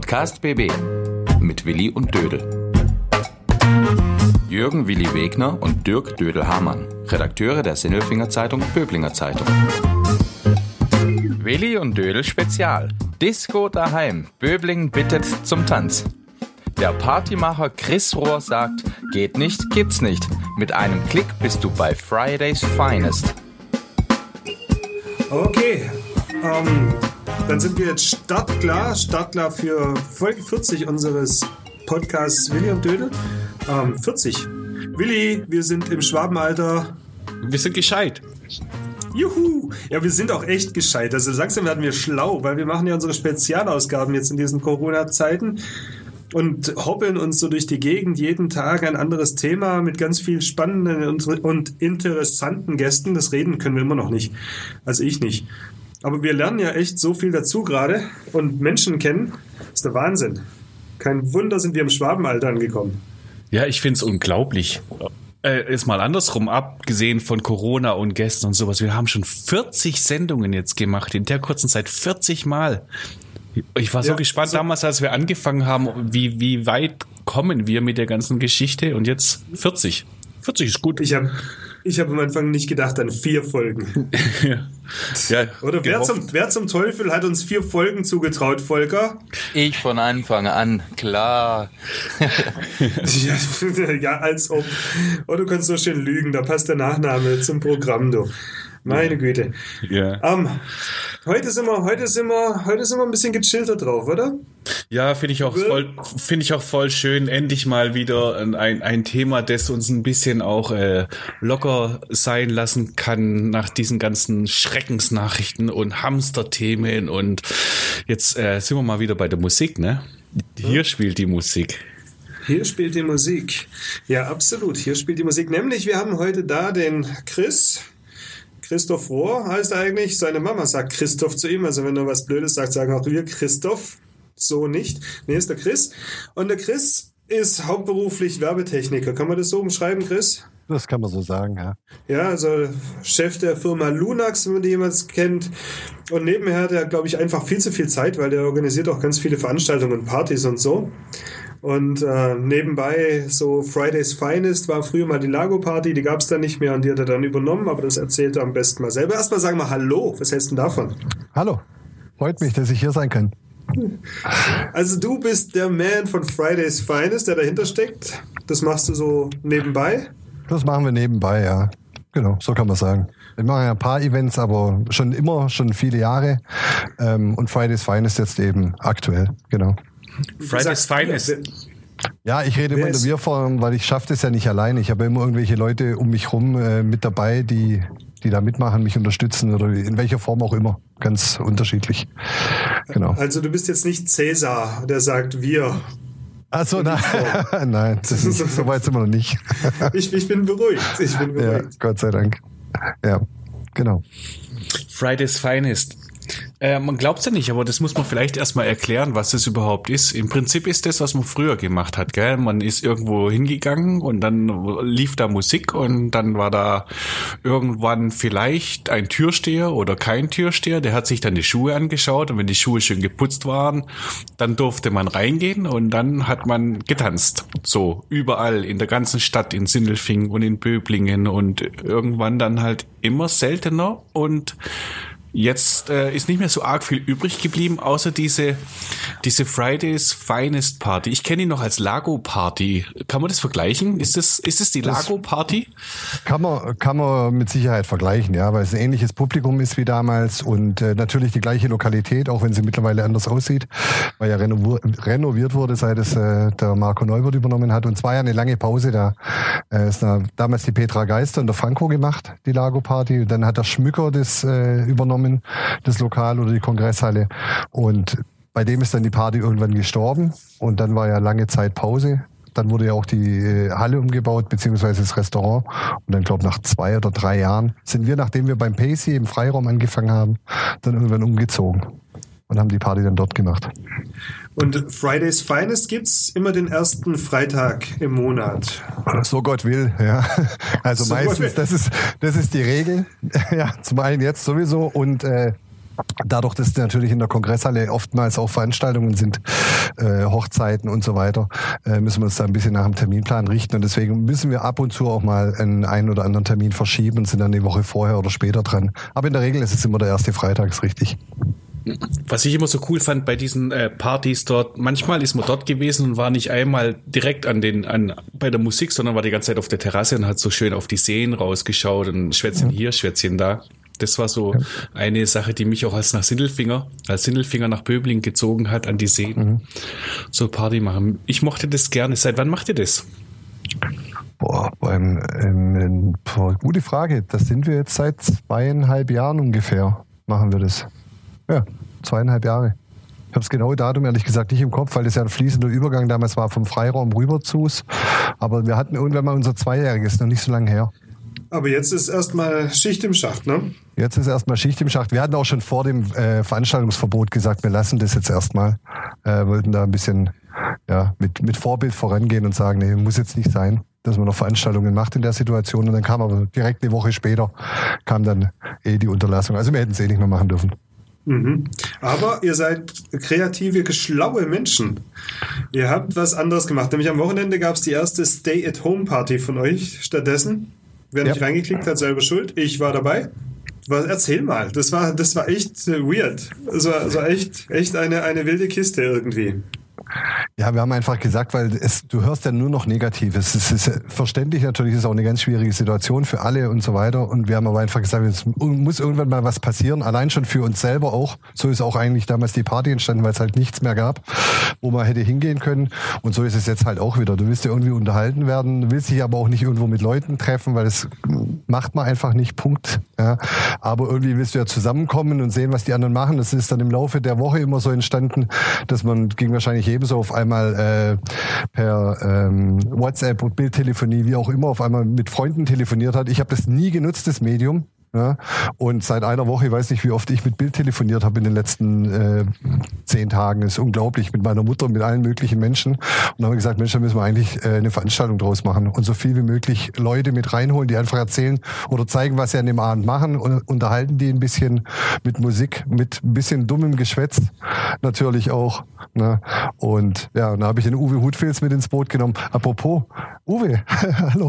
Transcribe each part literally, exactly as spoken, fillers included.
Podcast B B mit Willi und Dödel. Jürgen Willi Wegner und Dirk Dödel-Hamann, Redakteure der Sinnelfinger Zeitung Böblinger Zeitung. Willi und Dödel Spezial. Disco daheim. Böbling bittet zum Tanz. Der Partymacher Chris Rohr sagt, geht nicht, gibt's nicht. Mit einem Klick bist du bei Fridays Finest. Okay, ähm, dann sind wir jetzt startklar, startklar für Folge vierzig unseres Podcasts Willi und Dödel. Ähm, vierzig. Willi, wir sind im Schwabenalter. Wir sind gescheit. Juhu! Ja, wir sind auch echt gescheit. Also langsam werden wir schlau, weil wir machen ja unsere Spezialausgaben jetzt in diesen Corona-Zeiten und hoppeln uns so durch die Gegend, jeden Tag ein anderes Thema mit ganz viel spannenden und, und interessanten Gästen. Das Reden können wir immer noch nicht. Also ich nicht. Aber wir lernen ja echt so viel dazu gerade und Menschen kennen. Das ist der Wahnsinn. Kein Wunder sind wir im Schwabenalter angekommen. Ja, ich finde es unglaublich. Äh, ist mal andersrum, abgesehen von Corona und Gästen und sowas. Wir haben schon vierzig Sendungen jetzt gemacht, in der kurzen Zeit vierzig Mal. Ich war so ja, gespannt so damals, als wir angefangen haben, wie, wie weit kommen wir mit der ganzen Geschichte und jetzt vierzig. vierzig ist gut. Ich habe ich hab am Anfang nicht gedacht an vier Folgen. ja. Ja, Oder wer zum, wer zum Teufel hat uns vier Folgen zugetraut, Volker? Ich von Anfang an, klar. ja, ja, als ob. Oh, du kannst so schön lügen, da passt der Nachname zum Programm, du. Meine Güte. Ja. Um, heute sind wir, heute sind wir, heute sind wir ein bisschen gechillter drauf, oder? Ja, finde ich auch voll, finde ich auch voll schön. Endlich mal wieder ein, ein Thema, das uns ein bisschen auch äh, locker sein lassen kann nach diesen ganzen Schreckensnachrichten und Hamsterthemen. Und jetzt äh, sind wir mal wieder bei der Musik, ne? Hier spielt die Musik. Hier spielt die Musik. Ja, absolut. Hier spielt die Musik. Nämlich, wir haben heute da den Chris. Christoph Rohr heißt er eigentlich. Seine Mama sagt Christoph zu ihm. Also wenn er was Blödes sagt, sagen auch wir Christoph. So nicht. Nee, ist der Chris. Und der Chris ist hauptberuflich Werbetechniker. Kann man das so umschreiben, Chris? Das kann man so sagen, ja. Ja, also Chef der Firma Lunax, wenn man die jemals kennt. Und nebenher hat er, glaube ich, einfach viel zu viel Zeit, weil der organisiert auch ganz viele Veranstaltungen und Partys und so. Und äh, nebenbei so Fridays Finest war früher mal die Lago-Party, die gab es dann nicht mehr und die hat er dann übernommen, aber das erzählt er am besten mal selber. Erstmal sagen wir Hallo, was hältst du denn davon? Hallo, freut mich, dass ich hier sein kann. Also du bist der Man von Fridays Finest, der dahinter steckt. Das machst du so nebenbei? Das machen wir nebenbei, ja. Genau, so kann man sagen. Wir machen ja ein paar Events, aber schon immer, schon viele Jahre. Ähm, und Fridays Finest jetzt eben aktuell, genau. Fridays Finest. Ja, ich rede immer in der Wir-Form, weil ich schaffe das ja nicht alleine. Ich habe immer irgendwelche Leute um mich rum äh, mit dabei, die, die da mitmachen, mich unterstützen oder in welcher Form auch immer. Ganz unterschiedlich. Genau. Also du bist jetzt nicht Cäsar, der sagt wir. Achso, nein, nein, das ist, so weit sind wir noch nicht. ich, ich bin beruhigt. Ich bin beruhigt. Ja, Gott sei Dank. Ja, genau. Fridays Finest. Äh, man glaubt es ja nicht, aber das muss man vielleicht erstmal erklären, was das überhaupt ist. Im Prinzip ist das, was man früher gemacht hat, gell? Man ist irgendwo hingegangen und dann lief da Musik und dann war da irgendwann vielleicht ein Türsteher oder kein Türsteher, der hat sich dann die Schuhe angeschaut und wenn die Schuhe schön geputzt waren, dann durfte man reingehen und dann hat man getanzt. So, überall in der ganzen Stadt, in Sindelfingen und in Böblingen und irgendwann dann halt immer seltener und jetzt äh, ist nicht mehr so arg viel übrig geblieben, außer diese, diese Fridays Finest Party. Ich kenne ihn noch als Lago Party. Kann man das vergleichen? Ist das, ist das die Lago Party? Kann man, kann man mit Sicherheit vergleichen, ja, weil es ein ähnliches Publikum ist wie damals und äh, natürlich die gleiche Lokalität, auch wenn sie mittlerweile anders aussieht, weil ja renoviert, renoviert wurde, seit es äh, der Marco Neubert übernommen hat. Und zwar ja eine lange Pause da. Äh, ist da damals die Petra Geister und der Franco gemacht, die Lago Party. Und dann hat der Schmücker das äh, übernommen, das Lokal oder die Kongresshalle. Und bei dem ist dann die Party irgendwann gestorben und dann war ja lange Zeit Pause. Dann wurde ja auch die Halle umgebaut, beziehungsweise das Restaurant. Und dann, glaube ich, nach zwei oder drei Jahren sind wir, nachdem wir beim Pacey im Freiraum angefangen haben, dann irgendwann umgezogen und haben die Party dann dort gemacht. Und Fridays Finest gibt's immer den ersten Freitag im Monat. So Gott will, ja. Also so meistens, das ist, das ist die Regel. Ja, zum einen jetzt sowieso und äh, Dadurch, dass natürlich in der Kongresshalle oftmals auch Veranstaltungen sind, äh, Hochzeiten und so weiter, äh, müssen wir uns da ein bisschen nach dem Terminplan richten. Und deswegen müssen wir ab und zu auch mal einen, einen oder anderen Termin verschieben und sind dann eine Woche vorher oder später dran. Aber in der Regel ist es immer der erste Freitag, ist richtig. Was ich immer so cool fand bei diesen äh, Partys dort, manchmal ist man dort gewesen und war nicht einmal direkt an den an bei der Musik, sondern war die ganze Zeit auf der Terrasse und hat so schön auf die Seen rausgeschaut und Schwätzchen hier, Schwätzchen da. Das war so eine Sache, die mich auch als nach Sindelfinger, als Sindelfinger nach Böblingen gezogen hat, an die Seen. Mhm. So Party machen. Ich mochte das gerne. Seit wann macht ihr das? Boah, beim, ähm, boah, gute Frage. Das sind wir jetzt seit zweieinhalb Jahren ungefähr, machen wir das. Ja, zweieinhalb Jahre. Ich habe das genaue Datum ehrlich gesagt nicht im Kopf, weil das ja ein fließender Übergang damals war vom Freiraum rüber zu. Aber wir hatten irgendwann mal unser Zweijähriges, noch nicht so lange her. Aber jetzt ist erstmal Schicht im Schacht, ne? Jetzt ist erstmal Schicht im Schacht. Wir hatten auch schon vor dem äh, Veranstaltungsverbot gesagt, wir lassen das jetzt erstmal. Äh, wollten da ein bisschen ja, mit, mit Vorbild vorangehen und sagen, nee, muss jetzt nicht sein, dass man noch Veranstaltungen macht in der Situation. Und dann kam aber direkt eine Woche später, kam dann eh die Unterlassung. Also wir hätten es eh nicht mehr machen dürfen. Mhm. Aber ihr seid kreative, schlaue Menschen. Ihr habt was anderes gemacht. Nämlich am Wochenende gab es die erste Stay-at-Home-Party von euch stattdessen. Wer nicht ja. reingeklickt hat, selber schuld. Ich war dabei. Was, erzähl mal. Das war, das war echt weird. Das war, das war echt, echt eine, eine wilde Kiste irgendwie. Ja, wir haben einfach gesagt, weil es, du hörst ja nur noch Negatives. Es ist verständlich natürlich, es ist auch eine ganz schwierige Situation für alle und so weiter. Und wir haben aber einfach gesagt, es muss irgendwann mal was passieren, allein schon für uns selber auch. So ist auch eigentlich damals die Party entstanden, weil es halt nichts mehr gab, wo man hätte hingehen können. Und so ist es jetzt halt auch wieder. Du willst ja irgendwie unterhalten werden, du willst dich aber auch nicht irgendwo mit Leuten treffen, weil das macht man einfach nicht, Punkt. Ja. Aber irgendwie willst du ja zusammenkommen und sehen, was die anderen machen. Das ist dann im Laufe der Woche immer so entstanden, dass man ging wahrscheinlich ebenso auf einmal äh, per ähm, WhatsApp und Bildtelefonie, wie auch immer, auf einmal mit Freunden telefoniert hat. Ich habe das nie genutzt, das Medium. Ja, und seit einer Woche, ich weiß nicht, wie oft ich mit Bild telefoniert habe in den letzten äh, zehn Tagen. Das ist unglaublich, mit meiner Mutter, mit allen möglichen Menschen. Und dann haben wir gesagt, Mensch, da müssen wir eigentlich äh, eine Veranstaltung draus machen und so viel wie möglich Leute mit reinholen, die einfach erzählen oder zeigen, was sie an dem Abend machen und unterhalten die ein bisschen mit Musik, mit ein bisschen dummem Geschwätz natürlich auch. Ne? Und ja, und da habe ich den Uwe Hutfils mit ins Boot genommen. Apropos, Uwe, hallo.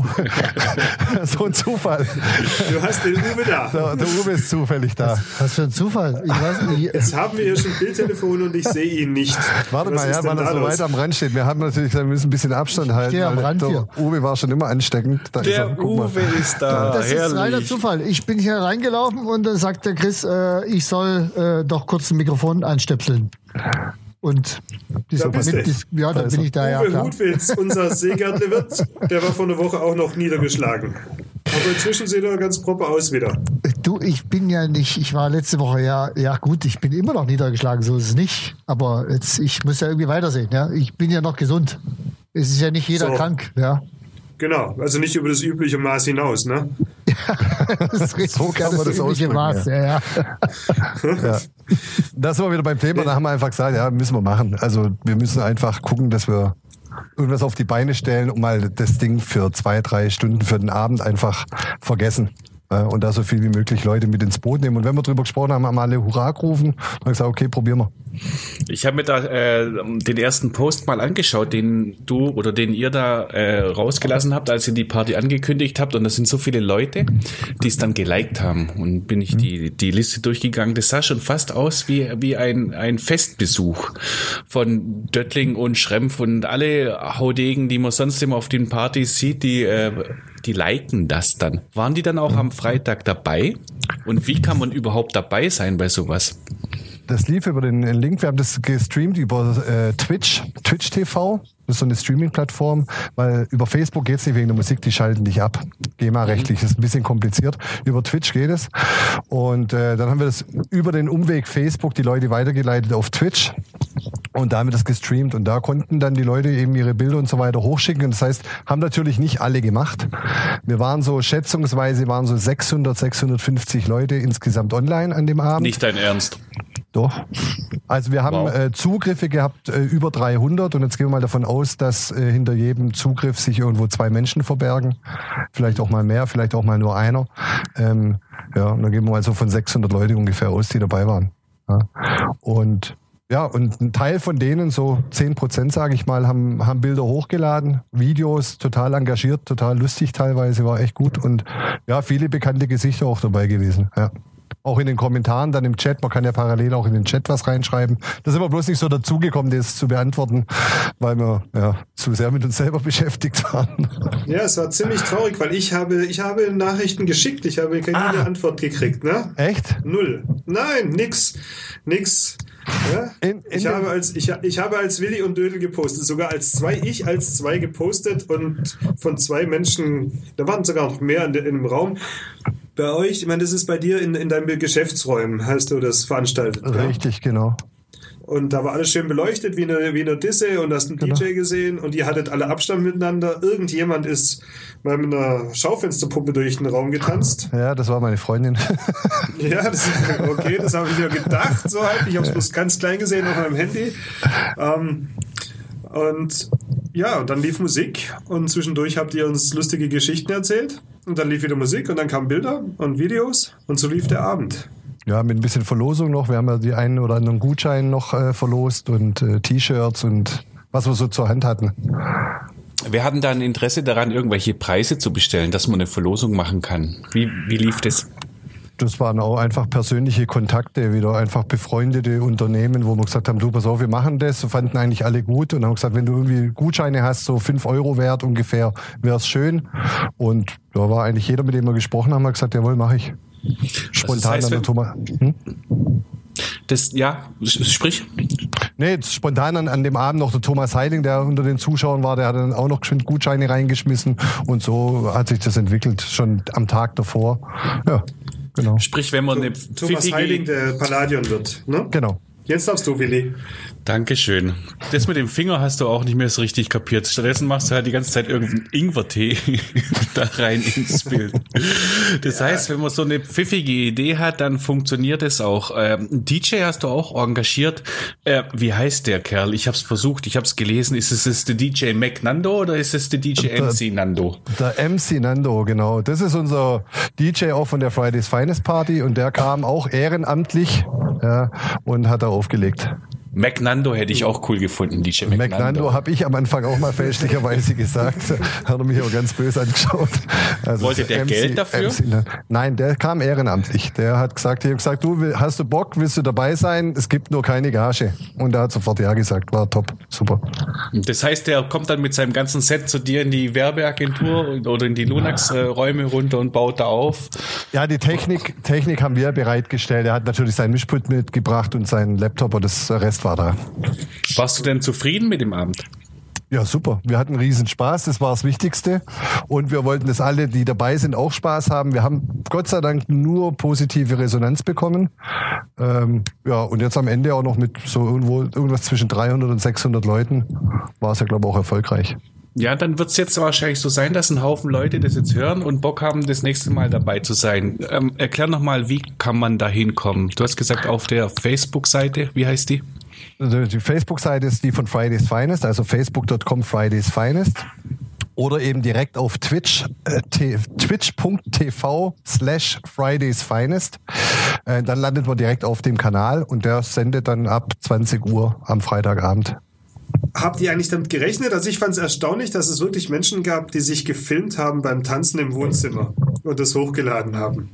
So ein Zufall. Du hast den Uwe da. Der, der Uwe ist zufällig da. Was, was für ein Zufall. Ich weiß nicht. Jetzt haben wir hier schon Bildtelefon und ich sehe ihn nicht. Warte was mal, ja, weil er so weit am Rand steht. Wir haben natürlich gesagt, wir müssen ein bisschen Abstand halten. Ich stehe am Rand der hier. Uwe war schon immer ansteckend. Da der ist er, Uwe mal. ist da. Das Herrlich. ist reiner Zufall. Ich bin hier reingelaufen und dann sagt der Chris, äh, ich soll äh, doch kurz ein Mikrofon einstöpseln. Und die da bist mit, du. Die, ja, da, da bin ich da, ja Uwe klar. Hutwitz, unser Seegärtler-Wirt, der war vor einer Woche auch noch niedergeschlagen. Aber inzwischen sieht er ganz proper aus wieder. Du, ich bin ja nicht, ich war letzte Woche, ja, ja gut, ich bin immer noch niedergeschlagen, so ist es nicht. Aber jetzt, ich muss ja irgendwie weitersehen, ja. Ich bin ja noch gesund. Es ist ja nicht jeder so. krank, ja. Genau, also nicht über das übliche Maß hinaus, ne? Ja, das ist richtig, so kann man das, das übliche Maß, ja. Ja, ja. Ja. Da sind wir wieder beim Thema, da haben wir einfach gesagt, ja, müssen wir machen. Also wir müssen einfach gucken, dass wir irgendwas auf die Beine stellen und mal das Ding für zwei, drei Stunden für den Abend einfach vergessen. Und da so viel wie möglich Leute mit ins Boot nehmen. Und wenn wir drüber gesprochen haben, haben alle Hurra gerufen. Und haben gesagt, okay, probieren wir. Ich habe mir da äh, den ersten Post mal angeschaut, den du oder den ihr da äh, rausgelassen habt, als ihr die Party angekündigt habt. Und das sind so viele Leute, die es dann geliked haben. Und bin ich mhm. die die Liste durchgegangen. Das sah schon fast aus wie wie ein ein Festbesuch von Döttling und Schrempf und alle Haudegen, die man sonst immer auf den Partys sieht, die äh, die liken das dann. Waren die dann auch am Freitag dabei? Und wie kann man überhaupt dabei sein bei sowas? Das lief über den Link, wir haben das gestreamt über äh, Twitch, Twitch T V. Das ist so eine Streaming-Plattform, weil über Facebook geht's nicht wegen der Musik, die schalten dich ab. G E M A-rechtlich, ist ein bisschen kompliziert. Über Twitch geht es. Und äh, dann haben wir das über den Umweg Facebook die Leute weitergeleitet auf Twitch. Und da haben wir das gestreamt. Und da konnten dann die Leute eben ihre Bilder und so weiter hochschicken. Und das heißt, haben natürlich nicht alle gemacht. Wir waren so, schätzungsweise waren so sechshundert, sechshundertfünfzig Leute insgesamt online an dem Abend. Nicht dein Ernst? Doch. Also wir haben wow. äh, Zugriffe gehabt, äh, über dreihundert. Und jetzt gehen wir mal davon aus, dass äh, hinter jedem Zugriff sich irgendwo zwei Menschen verbergen. Vielleicht auch mal mehr, vielleicht auch mal nur einer. Ähm, ja, und dann gehen wir mal so von sechshundert Leute ungefähr aus, die dabei waren. Ja. Und ja, und ein Teil von denen, so zehn Prozent sage ich mal, haben, haben Bilder hochgeladen, Videos, total engagiert, total lustig teilweise, war echt gut. Und ja, viele bekannte Gesichter auch dabei gewesen. Ja. Auch in den Kommentaren, dann im Chat, man kann ja parallel auch in den Chat was reinschreiben. Da sind wir bloß nicht so dazugekommen, das zu beantworten, weil wir ja zu sehr mit uns selber beschäftigt waren. Ja, es war ziemlich traurig, weil ich habe, ich habe Nachrichten geschickt, ich habe keine ah. Antwort gekriegt, ne? Echt? Null. Nein, nix. Nix. Ja? In, in ich, habe als, ich, ich habe als Willi und Dödel gepostet, sogar als zwei, ich als zwei gepostet und von zwei Menschen, da waren sogar noch mehr in, de, in dem Raum. Bei euch, ich meine, das ist bei dir in, in deinen Geschäftsräumen, hast du das veranstaltet. Richtig, ja? Genau. Und da war alles schön beleuchtet, wie eine, wie eine Disse, und hast einen genau. D J gesehen und ihr hattet alle Abstand miteinander. Irgendjemand ist mal mit einer Schaufensterpuppe durch den Raum getanzt. Ja, das war meine Freundin. Ja, das ist okay, das habe ich mir gedacht, so halb. Ich habe es bloß ganz klein gesehen auf meinem Handy. Ähm, und ja, und dann lief Musik und zwischendurch habt ihr uns lustige Geschichten erzählt und dann lief wieder Musik und dann kamen Bilder und Videos und so lief der Abend. Ja, mit ein bisschen Verlosung noch. Wir haben ja die einen oder anderen Gutschein noch äh, verlost und äh, T-Shirts und was wir so zur Hand hatten. Wir hatten da ein Interesse daran, irgendwelche Preise zu bestellen, dass man eine Verlosung machen kann. Wie, wie lief das? Das waren auch einfach persönliche Kontakte, wieder einfach befreundete Unternehmen, wo wir gesagt haben, du, pass auf, wir machen das, fanden eigentlich alle gut und haben gesagt, wenn du irgendwie Gutscheine hast, so fünf Euro wert ungefähr, wäre es schön. Und da war eigentlich jeder, mit dem wir gesprochen haben, hat gesagt, jawohl, mache ich. Spontan das heißt, an der Thomas. Hm? Das, ja, sprich. Nee, spontan an, an dem Abend noch der Thomas Heiling, der unter den Zuschauern war, der hat dann auch noch geschwind Gutscheine reingeschmissen und so hat sich das entwickelt, schon am Tag davor. Ja, genau. Sprich, wenn man eine Thomas Heiling, der Palladion wird, ne? Genau. Jetzt darfst du, Willi. Dankeschön. Das mit dem Finger hast du auch nicht mehr so richtig kapiert. Stattdessen machst du halt die ganze Zeit irgendeinen Ingwertee da rein ins Bild. Das ja. heißt, wenn man so eine pfiffige Idee hat, dann funktioniert es auch. Ähm, D J hast du auch engagiert. Äh, wie heißt der Kerl? Ich habe es versucht, ich habe es gelesen. Ist es, ist es der D J Mac Nando oder ist es der D J M C Nando? Der M C Nando, genau. Das ist unser D J auch von der Fridays Finest Party und der kam auch ehrenamtlich ja, und hat da aufgelegt. McNando hätte ich auch cool gefunden, D J McNando. McNando habe ich am Anfang auch mal fälschlicherweise gesagt. Hat er mich auch ganz böse angeschaut. Also wollte der M C, Geld dafür? M C, nein, der kam ehrenamtlich. Der hat gesagt, ich habe gesagt, du, hast du Bock, willst du dabei sein? Es gibt nur keine Gage. Und er hat sofort ja gesagt, war top, super. Das heißt, der kommt dann mit seinem ganzen Set zu dir in die Werbeagentur oder in die Lunax-Räume runter und baut da auf? Ja, die Technik, Technik haben wir bereitgestellt. Er hat natürlich sein Mischpult mitgebracht und seinen Laptop und das Rest war da. Warst du denn zufrieden mit dem Abend? Ja, super. Wir hatten riesen Spaß, das war das Wichtigste. Und wir wollten, dass alle, die dabei sind, auch Spaß haben. Wir haben Gott sei Dank nur positive Resonanz bekommen. Ähm, ja, und jetzt am Ende auch noch mit so irgendwo irgendwas zwischen dreihundert und sechshundert Leuten war es ja, glaube ich, auch erfolgreich. Ja, dann wird es jetzt wahrscheinlich so sein, dass ein Haufen Leute das jetzt hören und Bock haben, das nächste Mal dabei zu sein. Ähm, erklär nochmal, wie kann man da hinkommen? Du hast gesagt, auf der Facebook-Seite, wie heißt die? Also die Facebook-Seite ist die von Fridays Finest, also facebook punkt com Fridays Finest. Oder eben direkt auf Twitch, äh, twitch punkt t v slash Fridays Finest. Äh, dann landet man direkt auf dem Kanal und der sendet dann ab zwanzig Uhr am Freitagabend. Habt ihr eigentlich damit gerechnet? Also ich fand es erstaunlich, dass es wirklich Menschen gab, die sich gefilmt haben beim Tanzen im Wohnzimmer und das hochgeladen haben.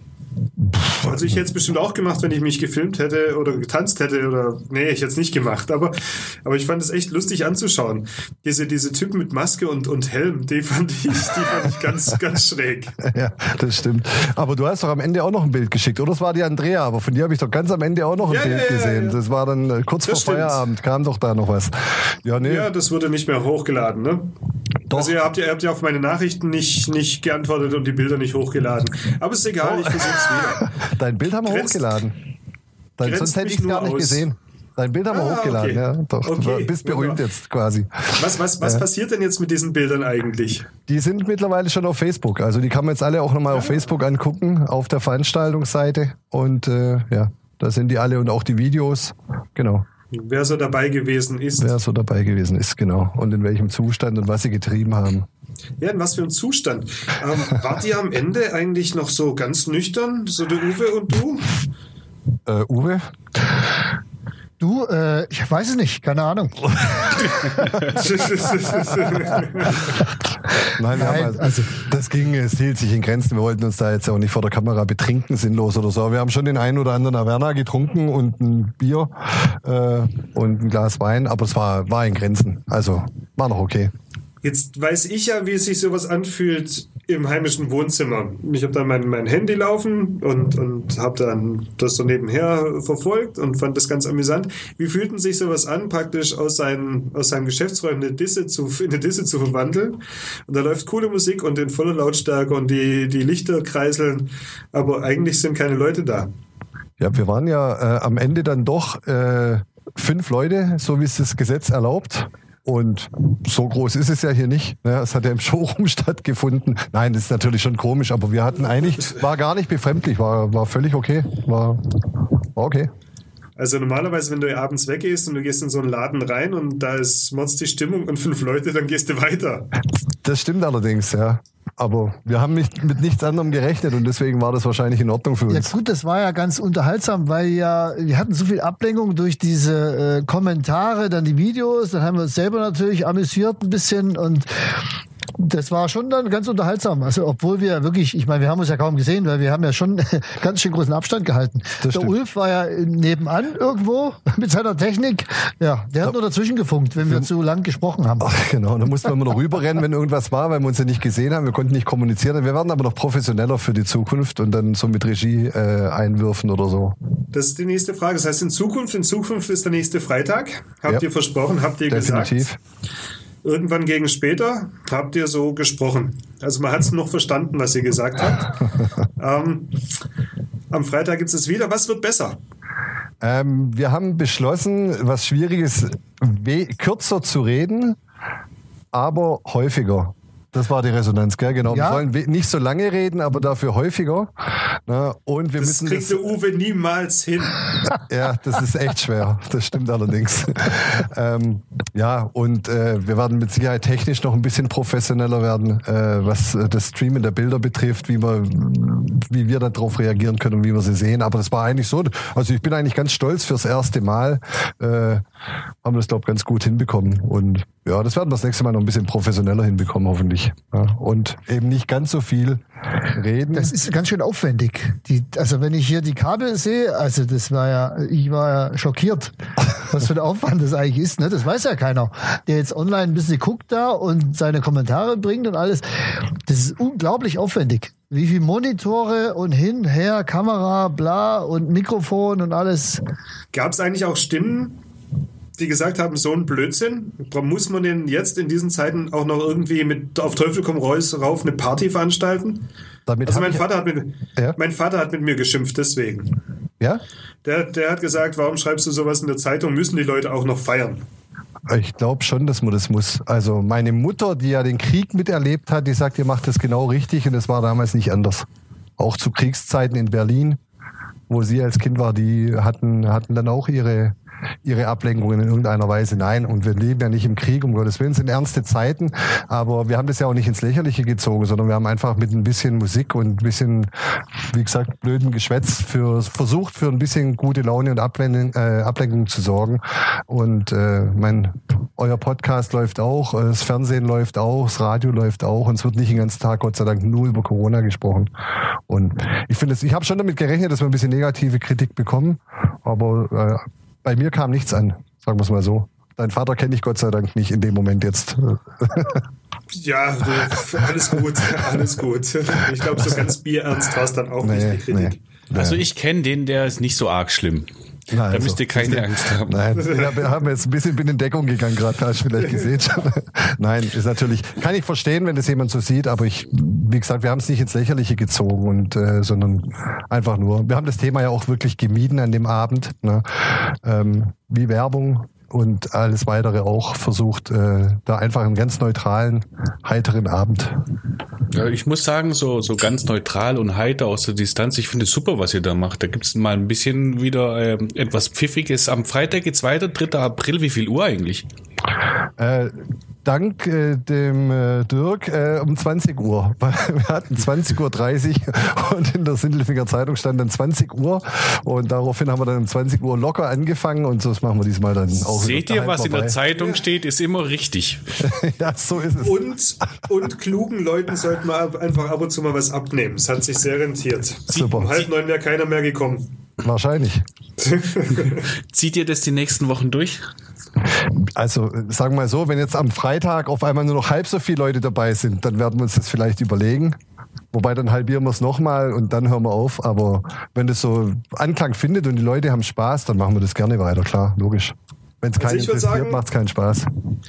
Also ich hätte es bestimmt auch gemacht, wenn ich mich gefilmt hätte oder getanzt hätte oder, nee, ich hätte es nicht gemacht, aber, aber ich fand es echt lustig anzuschauen. Diese, diese Typen mit Maske und, und Helm, die fand ich, die fand ich ganz, ganz schräg. Ja, das stimmt. Aber du hast doch am Ende auch noch ein Bild geschickt, oder? Das war die Andrea, aber von dir habe ich doch ganz am Ende auch noch ein ja, Bild ja, ja, gesehen. Ja. Das war dann äh, kurz das vor stimmt. Feierabend, kam doch da noch was. Ja, nee. Ja, das wurde nicht mehr hochgeladen, ne? Doch. Also ihr habt ja, ihr habt ja auf meine Nachrichten nicht, nicht geantwortet und die Bilder nicht hochgeladen. Aber ist egal, oh. ich versuch's wieder. Dein Bild haben wir Grenzt, hochgeladen. Dein, sonst hätte ich es gar nicht aus. gesehen. Dein Bild haben wir ah, hochgeladen. Okay. Ja, doch. Okay. Du bist berühmt ja. jetzt quasi. Was, was, was ja. passiert denn jetzt mit diesen Bildern eigentlich? Die sind mittlerweile schon auf Facebook. Also die kann man jetzt alle auch nochmal ja. auf Facebook angucken, auf der Veranstaltungsseite. Und äh, ja, da sind die alle und auch die Videos. Genau. Wer so dabei gewesen ist. Wer so dabei gewesen ist, genau. Und in welchem Zustand und was sie getrieben haben. Ja, in was für einem Zustand. Ähm, wart ihr am Ende eigentlich noch so ganz nüchtern, so der Uwe und du? Äh, Uwe? Du, äh, ich weiß es nicht, keine Ahnung. Nein, wir haben also, also das ging, es hielt sich in Grenzen. Wir wollten uns da jetzt auch nicht vor der Kamera betrinken, sinnlos oder so. Wir haben schon den einen oder anderen Averna getrunken und ein Bier äh, und ein Glas Wein, aber es war, war in Grenzen. Also war noch okay. Jetzt weiß ich ja, wie sich sowas anfühlt im heimischen Wohnzimmer. Ich habe dann mein, mein Handy laufen und, und habe dann das so nebenher verfolgt und fand das ganz amüsant. Wie fühlt denn sich sowas an, praktisch aus, seinen, aus seinem Geschäftsräumen eine Disse zu, in eine Disse zu verwandeln? Und da läuft coole Musik und in voller Lautstärke und die, die Lichter kreiseln, aber eigentlich sind keine Leute da. Ja, wir waren ja äh, am Ende dann doch äh, fünf Leute, so wie es das Gesetz erlaubt. Und so groß ist es ja hier nicht. Es hat ja im Showroom stattgefunden. Nein, das ist natürlich schon komisch, aber wir hatten eigentlich, war gar nicht befremdlich, war, war völlig okay. War, war okay. Also normalerweise, wenn du abends weggehst und du gehst in so einen Laden rein und da ist mords die Stimmung und fünf Leute, dann gehst du weiter. Das stimmt allerdings, ja. Aber wir haben nicht, mit nichts anderem gerechnet und deswegen war das wahrscheinlich in Ordnung für uns. Ja gut, das war ja ganz unterhaltsam, weil ja wir hatten so viel Ablenkung durch diese äh, Kommentare, dann die Videos, dann haben wir uns selber natürlich amüsiert ein bisschen und das war schon dann ganz unterhaltsam. Also obwohl wir wirklich, ich meine, wir haben uns ja kaum gesehen, weil wir haben ja schon ganz schön großen Abstand gehalten. Das Der stimmt. Ulf war ja nebenan irgendwo mit seiner Technik. Ja, der hat ja. nur dazwischen gefunkt, wenn wir, wir zu lang gesprochen haben. Ach, genau, da mussten wir immer noch rüberrennen, wenn irgendwas war, weil wir uns ja nicht gesehen haben. Wir konnten nicht kommunizieren. Wir werden aber noch professioneller für die Zukunft und dann so mit Regie äh, einwürfen oder so. Das ist die nächste Frage. Das heißt, in Zukunft, in Zukunft ist der nächste Freitag. Habt ja. ihr versprochen, habt ihr Definitiv. gesagt? Irgendwann gegen später habt ihr so gesprochen. Also man hat es noch verstanden, was ihr gesagt habt. ähm, am Freitag gibt es wieder. Was wird besser? Ähm, wir haben beschlossen, was Schwieriges, we- kürzer zu reden, aber häufiger. Das war die Resonanz, gell? Genau. Ja. Wir sollen we- nicht so lange reden, aber dafür häufiger. Na, und wir das müssen kriegt der Uwe niemals hin. Ja, das ist echt schwer. Das stimmt allerdings. ähm, ja, und äh, wir werden mit Sicherheit technisch noch ein bisschen professioneller werden, äh, was das Streamen der Bilder betrifft, wie wir, wie wir darauf reagieren können und wie wir sie sehen. Aber das war eigentlich so. Also ich bin eigentlich ganz stolz fürs erste Mal. Äh, haben wir das, glaube ich, ganz gut hinbekommen. Und ja, das werden wir das nächste Mal noch ein bisschen professioneller hinbekommen, hoffentlich. Ja, und eben nicht ganz so viel reden. Das ist ganz schön aufwendig. Die, also wenn ich hier die Kabel sehe, also das war ja, ich war ja schockiert, was für ein Aufwand das eigentlich ist. Ne? Das weiß ja keiner, der jetzt online ein bisschen guckt da und seine Kommentare bringt und alles. Das ist unglaublich aufwendig. Wie viele Monitore und hin, her, Kamera, bla und Mikrofon und alles. Gab es eigentlich auch Stimmen, die gesagt haben, so ein Blödsinn, muss man denn jetzt in diesen Zeiten auch noch irgendwie mit auf Teufel komm raus rauf eine Party veranstalten? Damit also mein Vater, hat mit, ja? mein Vater hat mit mir geschimpft, deswegen. Ja? Der, der hat gesagt, warum schreibst du sowas in der Zeitung, müssen die Leute auch noch feiern? Ich glaube schon, dass man das muss. Also meine Mutter, die ja den Krieg miterlebt hat, die sagt, ihr macht das genau richtig und es war damals nicht anders. Auch zu Kriegszeiten in Berlin, wo sie als Kind war, die hatten, hatten dann auch ihre ihre Ablenkungen in irgendeiner Weise. Nein, und wir leben ja nicht im Krieg, um Gottes Willen, es sind ernste Zeiten, aber wir haben das ja auch nicht ins Lächerliche gezogen, sondern wir haben einfach mit ein bisschen Musik und ein bisschen, wie gesagt, blöden Geschwätz für, versucht, für ein bisschen gute Laune und Ablenkung, äh, Ablenkung zu sorgen. Und äh, mein, euer Podcast läuft auch, das Fernsehen läuft auch, das Radio läuft auch und es wird nicht den ganzen Tag, Gott sei Dank, nur über Corona gesprochen. Und ich finde es, ich habe schon damit gerechnet, dass wir ein bisschen negative Kritik bekommen, aber äh, bei mir kam nichts an, sagen wir es mal so. Dein Vater kenne ich Gott sei Dank nicht in dem Moment jetzt. Ja, du, alles gut, alles gut. Ich glaube, so ganz bierernst war es dann auch nee, nicht, die Kritik. Nee. Also ich kenne den, der ist nicht so arg schlimm. Nein, da also, müsst ihr keine Angst haben. Nein, wir haben jetzt ein bisschen bin in Deckung gegangen gerade, hast du vielleicht gesehen schon. Nein, ist natürlich, kann ich verstehen, wenn das jemand so sieht, aber ich, wie gesagt, wir haben es nicht ins Lächerliche gezogen und äh, sondern einfach nur, wir haben das Thema ja auch wirklich gemieden an dem Abend, ne? ähm, wie Werbung und alles weitere auch versucht, äh, da einfach einen ganz neutralen, heiteren Abend. Ja, ich muss sagen, so so ganz neutral und heiter aus der Distanz, ich finde es super, was ihr da macht. Da gibt es mal ein bisschen wieder äh, etwas Pfiffiges. Am Freitag geht's weiter, dritter April. Wie viel Uhr eigentlich? Äh, dank äh, dem äh, Dirk äh, um zwanzig Uhr. Wir hatten zwanzig Uhr dreißig und in der Sindelfinger Zeitung stand dann zwanzig Uhr und daraufhin haben wir dann um zwanzig Uhr locker angefangen und so machen wir diesmal dann auch. Seht ihr, was vorbei. In der Zeitung steht, ist immer richtig. Ja, so ist es. Und, und klugen Leuten sollten wir einfach ab und zu mal was abnehmen. Es hat sich sehr rentiert. Super. Um halb neun wäre keiner mehr gekommen. Wahrscheinlich. Zieht ihr das die nächsten Wochen durch? Also sagen wir mal so, wenn jetzt am Freitag auf einmal nur noch halb so viele Leute dabei sind, dann werden wir uns das vielleicht überlegen. Wobei dann halbieren wir es nochmal und dann hören wir auf. Aber wenn das so Anklang findet und die Leute haben Spaß, dann machen wir das gerne weiter, klar, logisch. Wenn es keinen interessiert, macht es keinen Spaß.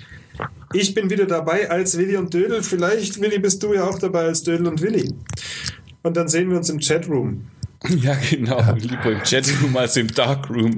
Ich bin wieder dabei als Willi und Dödel. Vielleicht, Willi, bist du ja auch dabei als Dödel und Willi. Und dann sehen wir uns im Chatroom. Ja, genau. Ja. Lieber im Chatroom als im Darkroom.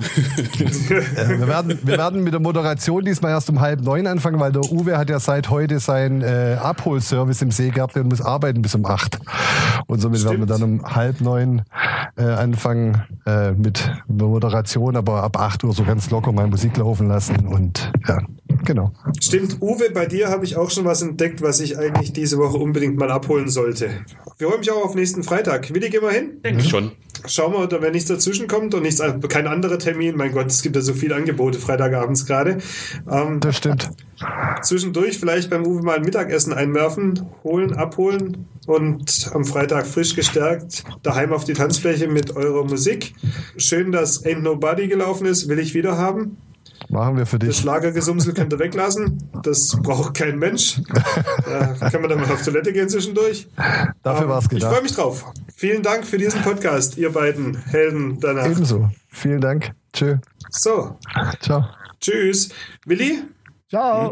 Ja, wir, werden, wir werden mit der Moderation diesmal erst um halb neun anfangen, weil der Uwe hat ja seit heute seinen äh, Abholservice im Seegärtner und muss arbeiten bis um acht. Und somit Stimmt. werden wir dann um halb neun äh, anfangen äh, mit der Moderation, aber ab acht Uhr so ganz locker mal Musik laufen lassen und ja, genau. Stimmt, Uwe, bei dir habe ich auch schon was entdeckt, was ich eigentlich diese Woche unbedingt mal abholen sollte. Wir freuen mich auch auf nächsten Freitag. Willi, gehen wir hin? Denke ich schon. Schauen wir, oder wenn nichts dazwischen kommt und nichts, kein anderer Termin, mein Gott, es gibt ja so viele Angebote Freitagabends gerade. Ähm, das stimmt. Zwischendurch vielleicht beim Uwe mal ein Mittagessen einwerfen, holen, abholen und am Freitag frisch gestärkt daheim auf die Tanzfläche mit eurer Musik. Schön, dass Ain't Nobody gelaufen ist, will ich wieder haben. Machen wir für dich. Das Schlagergesumsel könnt ihr weglassen. Das braucht kein Mensch. Da kann man dann mal auf Toilette gehen zwischendurch. Dafür war es gedacht. Ich freue mich drauf. Vielen Dank für diesen Podcast, ihr beiden Helden danach. Ebenso. Vielen Dank. Tschö. So. Ciao. Tschüss. Willi? Ciao.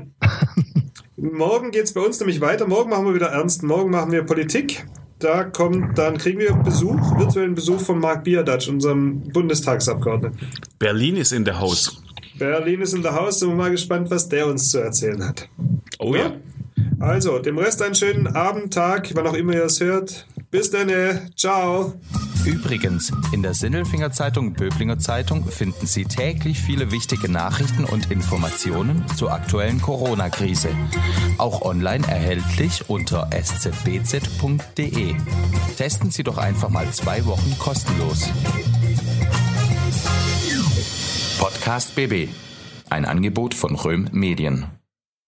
Morgen geht es bei uns nämlich weiter. Morgen machen wir wieder ernst. Morgen machen wir Politik. Da kommt, dann kriegen wir Besuch, virtuellen Besuch von Marc Bierdatsch, unserem Bundestagsabgeordneten. Berlin ist in der Haus. Berlin ist in der Haus, sind wir mal gespannt, was der uns zu erzählen hat. Oh ja. Also, dem Rest einen schönen Abend, Tag, wann auch immer ihr es hört. Bis dann, ciao. Übrigens, in der Sindelfinger Zeitung Böblinger Zeitung finden Sie täglich viele wichtige Nachrichten und Informationen zur aktuellen Corona-Krise. Auch online erhältlich unter s z b z punkt d e. Testen Sie doch einfach mal zwei Wochen kostenlos. Podcast B B, ein Angebot von Röhm Medien.